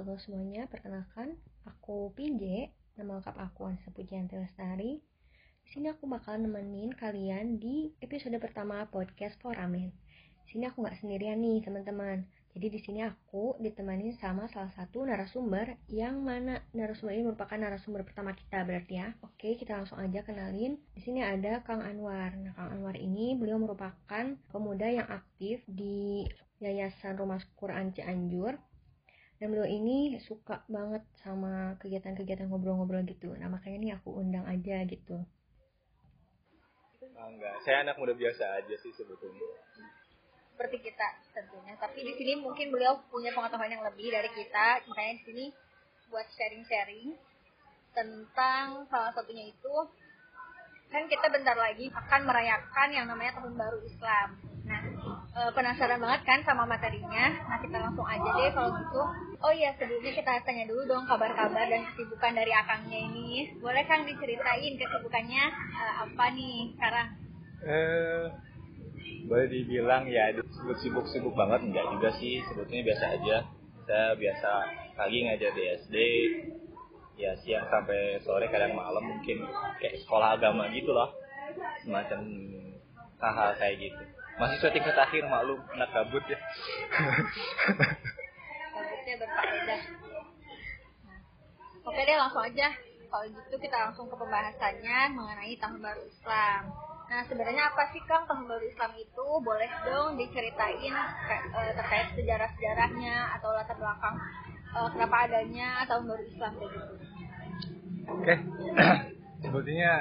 Halo semuanya, perkenalkan aku PJ, nama lengkap aku Anissa Pujianti Lestari. Di sini aku bakal nemenin kalian di episode pertama podcast Foramen. Di sini aku nggak sendirian nih teman-teman. Jadi di sini aku ditemani sama salah satu narasumber yang mana narasumber ini merupakan narasumber pertama kita berarti ya. Oke, kita langsung aja kenalin. Di sini ada Kang Anwar. Nah, Kang Anwar ini beliau merupakan pemuda yang aktif di Yayasan Rumah Quran Cianjur. Dan beliau ini suka banget sama kegiatan-kegiatan ngobrol-ngobrol gitu. Nah makanya nih aku undang aja gitu. Enggak, saya anak muda biasa aja sih sebetulnya. Seperti kita tentunya. Tapi di sini mungkin beliau punya pengetahuan yang lebih dari kita. Makanya di sini buat sharing-sharing tentang salah satunya itu kan kita bentar lagi akan merayakan yang namanya Tahun Baru Islam. Nah, penasaran banget kan sama materinya? Nah, kita langsung aja deh kalau gitu. Oh iya, sebelumnya kita tanya dulu dong kabar-kabar dan kesibukan dari akangnya ini. Boleh Kang diceritain kesibukannya apa nih sekarang? Boleh dibilang ya sibuk-sibuk banget, enggak juga sih, sebetulnya biasa aja. Saya biasa pagi ngajar di SD, ya siang sampai sore kadang malam mungkin kayak sekolah agama gitu loh, semacam hal-hal kayak gitu. Mahasiswa tingkat akhir, maklum, anak kabut ya. Kabutnya berfaedah. Oke deh, langsung aja. Kalau gitu kita langsung ke pembahasannya mengenai Tahun Baru Islam. Nah, sebenarnya apa sih Kang Tahun Baru Islam itu? Boleh dong diceritain terkait sejarah-sejarahnya atau latar belakang kenapa adanya Tahun Baru Islam kayak gitu. Oke. Sebetulnya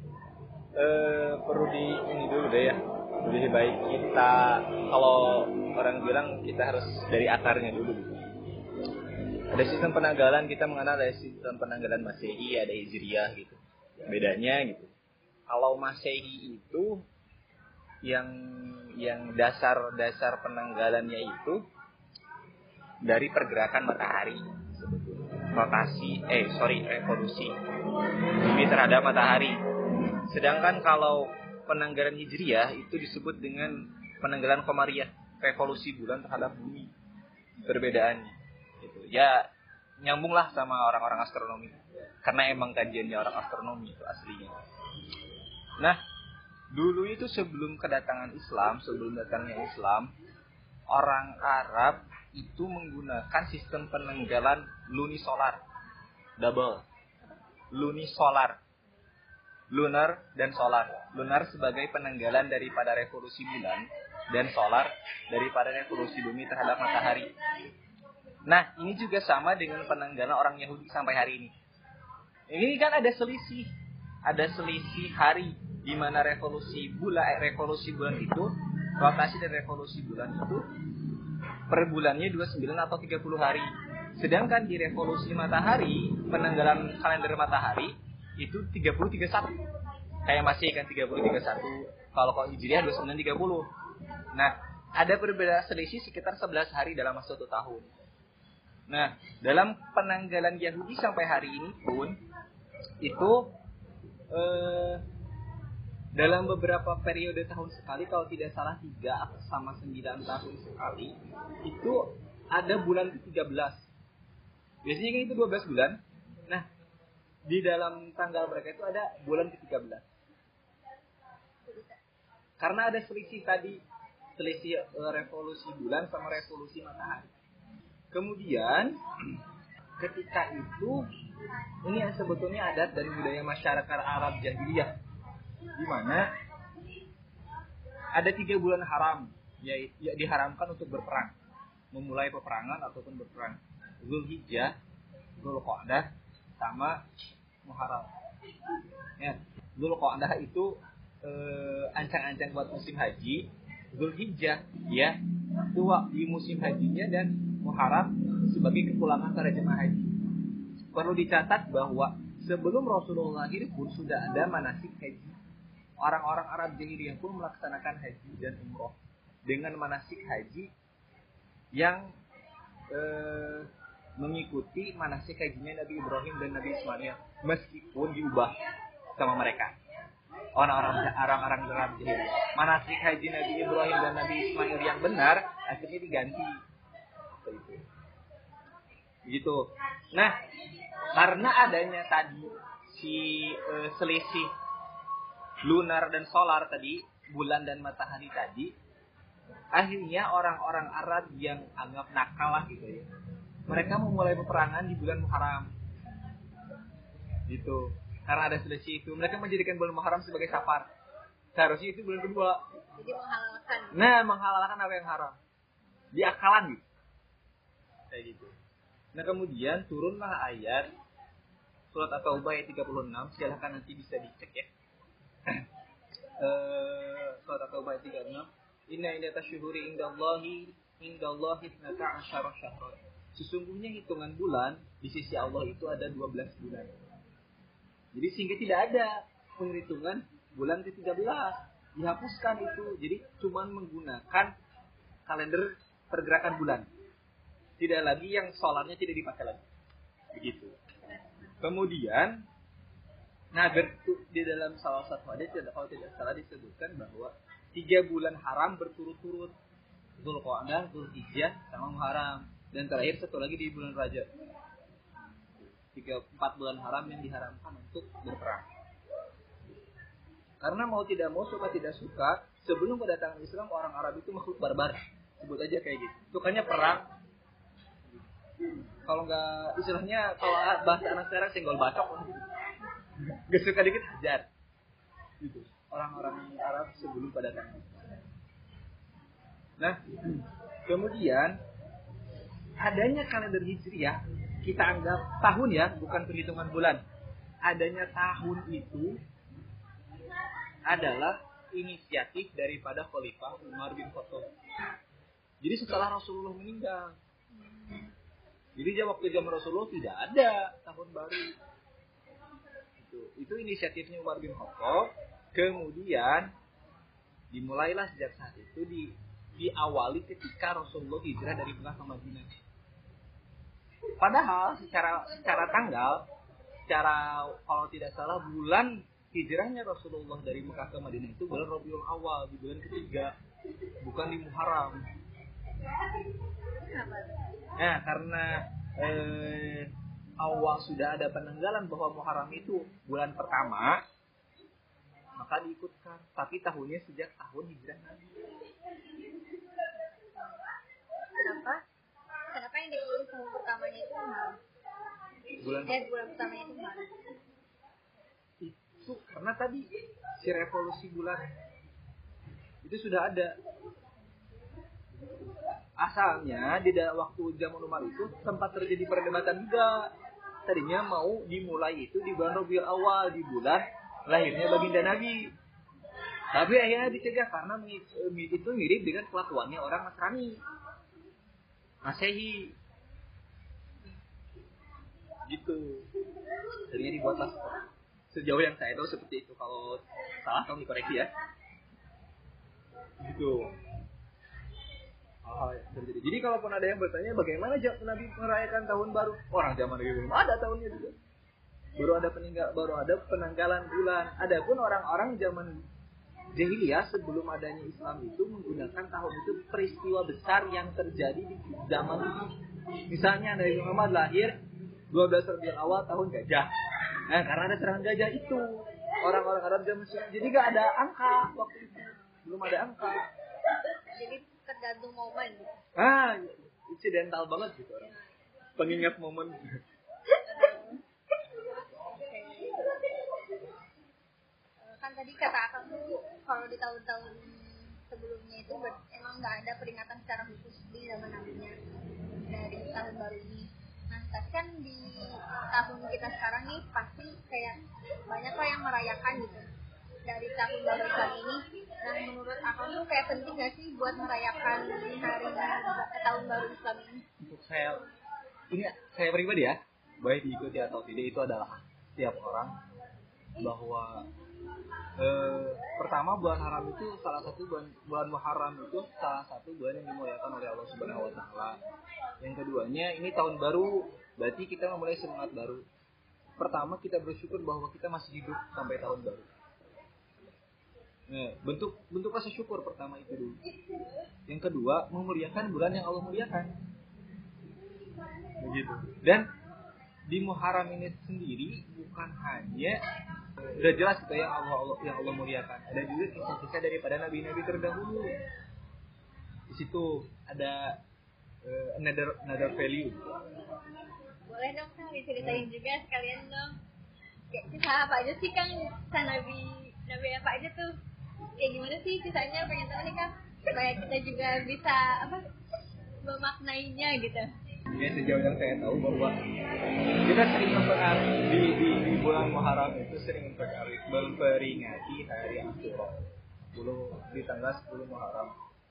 perlu ini dulu deh ya. Lebih baik kita, kalau orang bilang kita harus dari akarnya dulu gitu. Ada sistem penanggalan, kita mengenal ada sistem penanggalan Masehi, ada Hijriyah gitu. Bedanya gitu. Kalau Masehi itu yang dasar penanggalannya itu dari pergerakan matahari sebetulnya. Revolusi bumi terhadap matahari. Sedangkan kalau penanggalan Hijriyah itu disebut dengan penanggalan Qamariyah, revolusi bulan terhadap bumi. Perbedaannya gitu. Ya nyambunglah sama orang-orang astronomi. Karena emang kajiannya orang astronomi itu aslinya. Nah, dulu itu sebelum datangnya Islam, orang Arab itu menggunakan sistem penanggalan lunisolar. Double. Lunisolar. Lunar dan solar. Lunar sebagai penanggalan daripada revolusi bulan dan solar daripada revolusi bumi terhadap matahari. Nah, ini juga sama dengan penanggalan orang Yahudi sampai hari ini. Ini kan ada selisih hari di mana revolusi bulan itu, rotasi dan revolusi bulan itu per bulannya 29 atau 30 hari. Sedangkan di revolusi matahari, penanggalan kalender matahari itu 30-31. Kayak masih kan 30-31. Kalau Hijriah 29-30. Nah, ada perbedaan selisih sekitar 11 hari dalam masa 1 tahun. Nah, dalam penanggalan Yahudi sampai hari ini pun itu dalam beberapa periode tahun sekali, kalau tidak salah 3 sama 9 tahun sekali, itu ada bulan ke-13. Biasanya kan itu 12 bulan. Nah, di dalam tanggal mereka itu ada bulan ke-13. Karena ada selisih revolusi bulan sama revolusi matahari. Kemudian ketika itu ini yang sebetulnya adat dan budaya masyarakat Arab jahiliyah, di mana ada 3 bulan haram ya diharamkan untuk berperang, memulai peperangan ataupun berperang. Zulhijjah, Zulqa'dah, sama Muharram. Ya, Zulqa'dah itu ancang-ancang buat musim haji. Zulhijjah ya tua di musim hajinya, dan Muharram sebagai kepulangan para jemaah haji. Perlu dicatat bahwa sebelum Rasulullah lahir pun sudah ada manasik haji. Orang-orang Arab jahiliyah pun melaksanakan haji dan umroh dengan manasik haji yang mengikuti manasik hajinya Nabi Ibrahim dan Nabi Ismail, meskipun diubah sama mereka. Orang-orang Arab jahiliyah, manasik haji Nabi Ibrahim dan Nabi Ismail yang benar akhirnya diganti. Gitu. Nah, karena adanya tadi selisih lunar dan solar tadi, bulan dan matahari tadi, akhirnya orang-orang Arab yang anggap nakal lah gitu ya, mereka memulai peperangan di bulan Muharram. Gitu. Karena ada selisih itu, mereka menjadikan bulan Muharram sebagai safar. Seharusnya itu bulan kedua. Jadi menghalalkan. Nah, menghalalkan apa yang haram. Diakalan gitu. Kayak gitu. Nah, kemudian turunlah ayat surat At-Taubah ayat 36. Silahkan nanti bisa dicek ya. Surat At-Taubah ayat 36. Inna iddatash syuhuri indallahi 12 syahran. Sesungguhnya hitungan bulan di sisi Allah itu ada 12 bulan. Jadi sehingga tidak ada penghitungan bulan ke-13. Dihapuskan itu. Jadi cuma menggunakan kalender pergerakan bulan. Tidak lagi yang solarnya tidak dipakai lagi. Begitu. Kemudian, nah di dalam salah satu hadis kalau tidak salah disebutkan bahwa 3 bulan haram berturut-turut. Dzulqa'dah, Dzulhijjah, sama Muharram. Dan terakhir satu lagi di bulan Rajab. 4 bulan haram yang diharamkan untuk berperang. Karena mau tidak mau, suka tidak suka, sebelum kedatangan Islam orang Arab itu makhluk barbar. Sebut aja kayak gitu. Sukanya perang. Kalau nggak istilahnya, kalau bahasa anak sekarang senggol bacok. Gak suka dikit hajar. Gitu. Orang-orang Arab sebelum kedatangan Islam. Nah, kemudian adanya kalender Hijriah, kita anggap tahun ya, bukan perhitungan bulan. Adanya tahun itu adalah inisiatif daripada Khalifah Umar bin Khattab. Jadi setelah Rasulullah meninggal. Jadi waktu zaman Rasulullah tidak ada tahun baru. Itu inisiatifnya Umar bin Khattab. Kemudian dimulailah sejak saat itu diawali ketika Rasulullah hijrah dari Mekah ke Madinah. Padahal secara tanggal, kalau tidak salah bulan hijrahnya Rasulullah dari Mekah ke Madinah itu bulan Rabiul Awal, di bulan ketiga, bukan di Muharram. Nah, karena awal sudah ada penanggalan bahwa Muharram itu bulan pertama, maka diikutkan. Tapi tahunnya sejak tahun hijrah Nabi. Kenapa yang ditulis tahun pertamanya itu Muharram? Bulan pertamanya itu Muharram. Itu karena tadi si revolusi bulan itu sudah ada. Asalnya di waktu zaman Umar itu sempat terjadi perdebatan juga. Tadinya mau dimulai itu di bulan Rabiul Awal, di bulan lahirnya baginda Nabi. Tapi akhirnya dicegah karena itu mirip dengan kelakuannya orang Nasrani, Masehi. Gitu. Akhirnya dibuatlah sejauh yang saya tahu seperti itu. Kalau salah tolong dikoreksi ya. Gitu. Jadi kalaupun ada yang bertanya bagaimana Nabi merayakan tahun baru, orang zaman Nabi belum ada tahunnya juga. Baru ada penanggalan bulan. Adapun orang-orang zaman Jahiliyah sebelum adanya Islam itu menggunakan tahun itu peristiwa besar yang terjadi di zaman itu. Misalnya Nabi Muhammad lahir 12 Rabiul Awal tahun gajah. Nah, karena ada serangan gajah itu, orang-orang Arab zaman sekarang jadi gak ada angka waktu itu, belum ada angka. Jadi tergantung momen. Incidental banget gitu orang. Pengingat momen. Kan tadi kata Akang tuh kalau di tahun-tahun sebelumnya itu emang nggak ada peringatan secara khusus di zaman nabinya dari tahun baru ini. Nah, tapi kan di tahun kita sekarang nih pasti kayak banyak lah yang merayakan gitu dari tahun baru Islam ini. Nah, menurut Akang tuh kayak penting nggak sih buat merayakan hari tahun baru Islam ini? Untuk saya pribadi ya, baik diikuti atau tidak, itu adalah setiap orang bahwa pertama bulan haram itu salah satu bulan Muharram itu salah satu bulan yang dimuliakan oleh Allah Subhanahu wa taala. Yang keduanya ini tahun baru, berarti kita memulai semangat baru. Pertama kita bersyukur bahwa kita masih hidup sampai tahun baru. Nah, bentuk rasa syukur pertama itu dulu. Yang kedua, memuliakan bulan yang Allah muliakan. begitu. Dan di Muharram ini sendiri bukan hanya udah jelas itu yang Allah muliakan, ada juga kisah-kisah daripada nabi-nabi terdahulu. Di situ ada another value. Boleh dong Kang diceritain juga sekalian dong. Kayak kisah apa aja sih Kang? Kisah nabi apa aja tuh? Kayak gimana sih kisahnya, pengen tahu nih Kang, supaya kita juga bisa memaknainya gitu. Ya sejauh yang saya tahu bahwa kita sering di bulan Muharram itu sering memperingati hari Asyura di tanggal 10 Muharram.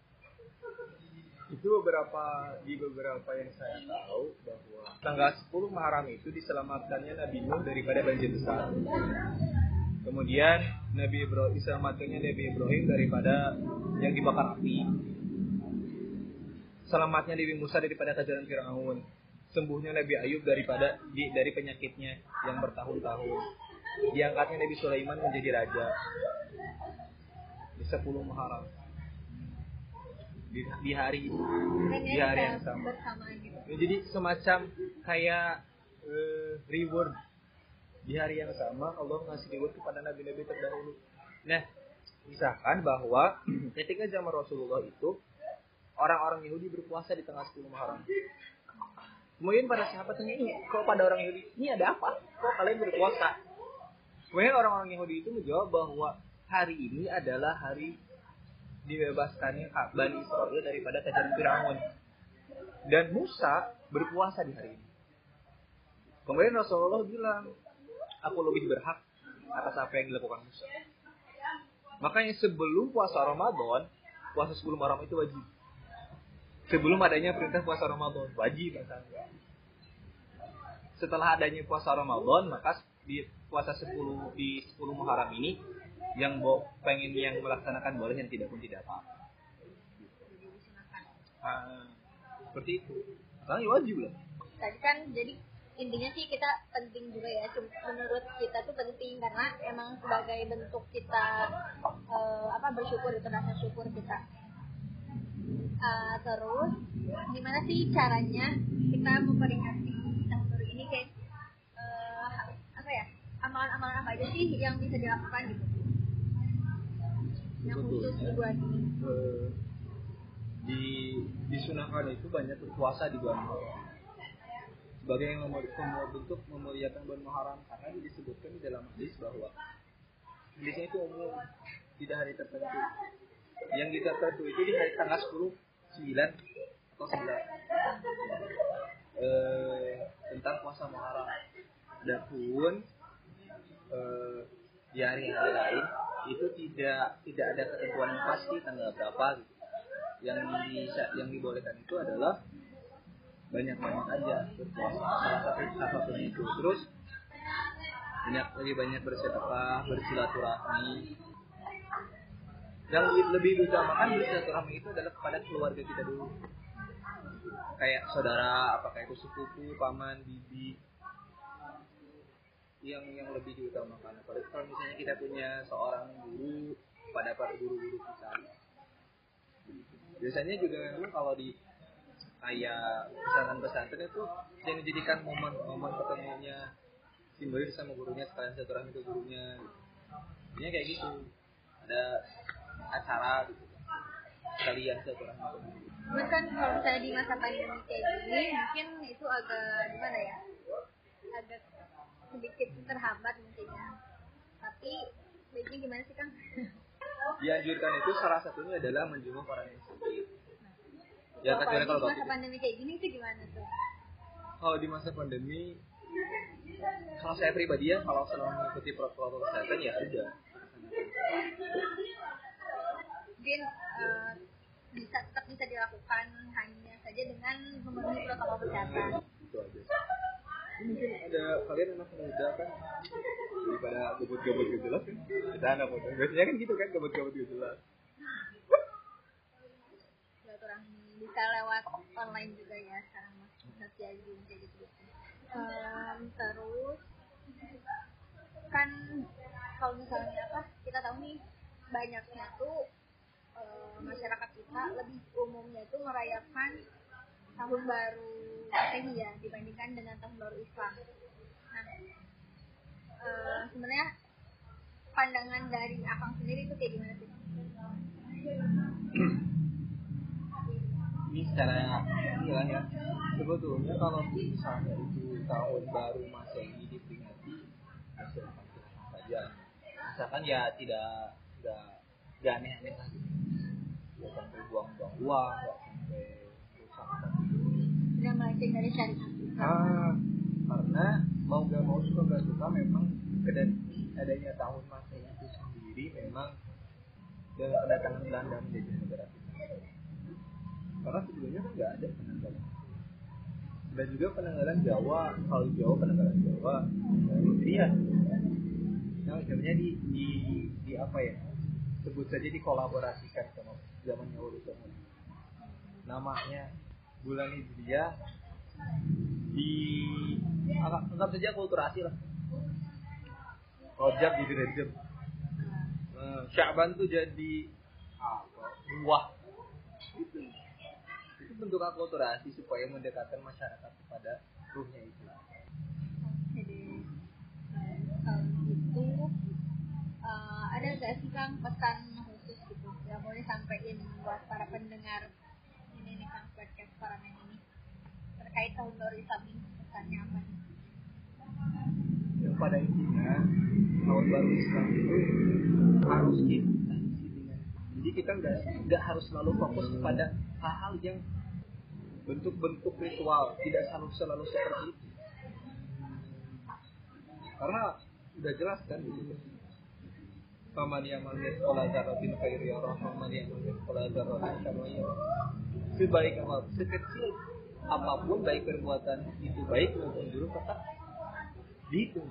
Itu di beberapa yang saya tahu bahwa tanggal 10 Muharram itu diselamatkannya Nabi Nuh daripada banjir besar. Kemudian diselamatkannya Nabi Ibrahim daripada yang dibakar api. Selamatnya Nabi Musa daripada kejaran Firaun. Sembuhnya Nabi Ayub dari penyakitnya yang bertahun-tahun. Diangkatnya Nabi Sulaiman menjadi raja di 10 Muharram. Di hari yang sama. Gitu. Jadi semacam kayak reward. Di hari yang sama Allah ngasih reward kepada nabi-nabi terdahulu. Nah, misalkan bahwa ketika zaman Rasulullah itu orang-orang Yahudi berpuasa di tanggal 10 Muharram. Kemudian para sahabat tanya, kok pada orang Yahudi ini ada apa? Kok kalian berpuasa? Kemudian orang-orang Yahudi itu menjawab bahwa hari ini adalah hari dibebaskannya Bani Israel daripada kejaran Firaun. Dan Musa berpuasa di hari ini. Kemudian Rasulullah bilang, aku lebih berhak atas apa yang dilakukan Musa. Makanya sebelum puasa Ramadan, puasa 10 Muharram itu wajib. Sebelum adanya perintah puasa Ramadan, wajib misalnya. Setelah adanya puasa Ramadan, maka di puasa 10 Muharram ini yang pengen yang melaksanakan boleh, yang tidak pun tidak apa-apa. Seperti itu. Karena wajib lah. Tadi kan jadi intinya sih kita penting juga ya, menurut kita tuh penting karena emang sebagai bentuk kita bersyukur, itu rasa syukur kita. Terus gimana sih caranya kita memperingati tahun baru ini, kayak amalan-amalan apa aja sih yang bisa dilakukan gitu, yang khusus di bulan ini? Disunahkan itu banyak berpuasa di bulan Muharram sebagai yang bentuk memuliakan bulan Muharram, karena disebutkan di dalam hadis bahwa hadisnya itu umum, tidak hari tertentu. Yang tertentu itu di hari tanggal 10, 9 atau 11 tentang puasa Muharram. Dan pun di hari-hari lain itu tidak ada ketentuan yang pasti tanggal berapa gitu. Yang dibolehkan itu adalah banyak-banyak aja berpuasa, salah satunya itu. Terus lebih banyak bersedekah, bersilaturahmi. Yang lebih diutamakan bersilaturahmi itu adalah kepada keluarga kita dulu, kayak saudara, apakah itu sepupu, paman, bibi, yang lebih diutamakan. Apalagi kalau misalnya kita punya seorang guru, pada para guru-guru kita. Biasanya juga memang kalau di kayak pesantren itu yang dijadikan momen ketemunya si murid sama gurunya, sekalian silaturahmi ke gurunya. Ini kayak gitu. Ada acara gitu. Sekalian silaturahmi ke guru. Terus kan kalau misalnya di masa pandemi kayak gini, mungkin itu agak gimana ya? Agak sedikit terhambat mungkin ya. Tapi baiknya gimana sih Kang? Dianjurkan itu salah satunya adalah menjenguk orang yang sakit. Ya kecuali kalau di masa pandemi kayak gini itu gimana tuh? Kalau di masa pandemi, kalau saya pribadi ya, kalau selama mengikuti protokol kesehatan ya sudah. Mungkin tetap bisa dilakukan hanya saja dengan memenuhi protokol kesehatan. Itu aja. Mungkin ada kalian anak muda kan, daripada gabut-gabut gak jelas kan, kita anak muda. Biasanya kan gitu kan, gabut-gabut gak jelas. Bisa lewat online juga ya sekarang masih Zoom kayak gitu. Terus kan kalau misalnya kita tahu nih banyaknya tuh masyarakat kita lebih umumnya itu merayakan tahun baru Masehi ya dibandingkan dengan tahun baru Islam. Nah, sebenarnya pandangan dari Akang sendiri itu kayak gimana sih? Ini secara inilah ya, sebetulnya kalau misalnya itu tahun baru Masehi diperingati ya silakan saja. Misalkan ya tidak aneh-aneh lah gitu. Nggak sampai buang-buang uang, nggak sampai rusak. Sudah melenceng dari syariat. Karena mau nggak mau suka nggak suka memang adanya tahun Masehi itu sendiri memang dengan kedatangan Belanda menjadi negara kita. Karena sebelumnya kan nggak ada penanggalan. Dan juga penanggalan Jawa, kalau di Jawa penanggalan Jawa, iya. Nah, sebenarnya di apa ya? Sebut saja dikolaborasikan sama zamannya Ulu Zaman. Namanya bulan Hijriah anggap saja akulturasi lah. Rajab jadi Rajab. Sya'ban tuh jadi buah. Itu bentuk akulturasi supaya mendekatkan masyarakat kepada ruhnya Islam. Oke deh. Kalau gitu ada nggak sih Kang pesan khusus gitu yang boleh sampaikan buat para pendengar ini nih Kang podcast Paramen ini terkait tahun baru Islam ini, pesannya apa nih? Yang pada intinya tahun baru Islam itu harus kita isi dengan, jadi kita nggak harus selalu fokus kepada hal-hal yang bentuk-bentuk ritual, tidak selalu seperti itu, karena udah jelas kan gitu. Faman ya'mal mithqala dzarratin khairan yarah, faman ya'mal mithqala dzarratin syarran yarah. Sebaik amal, sekecil apapun baik perbuatan itu baik maupun buruk tetap dihitung.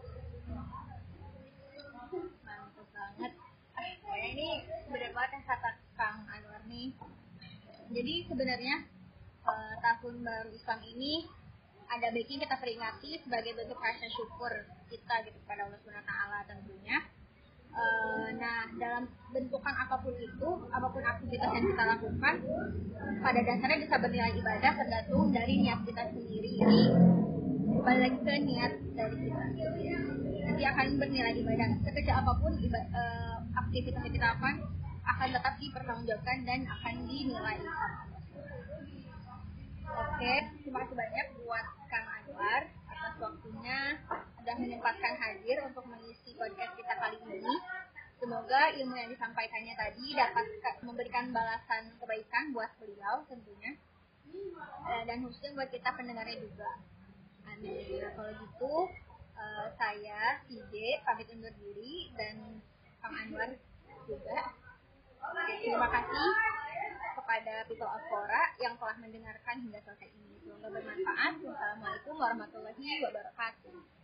Mantap banget. Kayaknya ini benar banget yang kata Kang Anwar nih. Jadi sebenarnya tahun baru Islam ini ada baiknya kita peringati sebagai bentuk rasa syukur kita gitu kepada Allah Subhanahu wa taala tentunya. Nah, dalam bentukan apapun itu, apapun aktivitas yang kita lakukan, pada dasarnya bisa bernilai ibadah tergantung dari niat kita sendiri. Jadi balik ke niat dari kita. Nanti akan bernilai ibadah. Sekecil apapun aktivitas yang kita lakukan akan tetap dipertanggungjawabkan dan akan dinilai. Oke, terima kasih banyak buat Kang Anwar atas waktunya sudah menyempatkan hadir untuk mengisi podcast kita kali ini. Semoga ilmu yang disampaikannya tadi dapat memberikan balasan kebaikan buat beliau tentunya, dan khususnya buat kita pendengarnya juga. Amin. Kalau gitu saya CJ pamit undur diri dan Kang Anwar juga. Terima kasih kepada People of Quora yang telah mendengarkan hingga selesai ini. Semoga bermanfaat. Wassalamualaikum warahmatullahi wabarakatuh.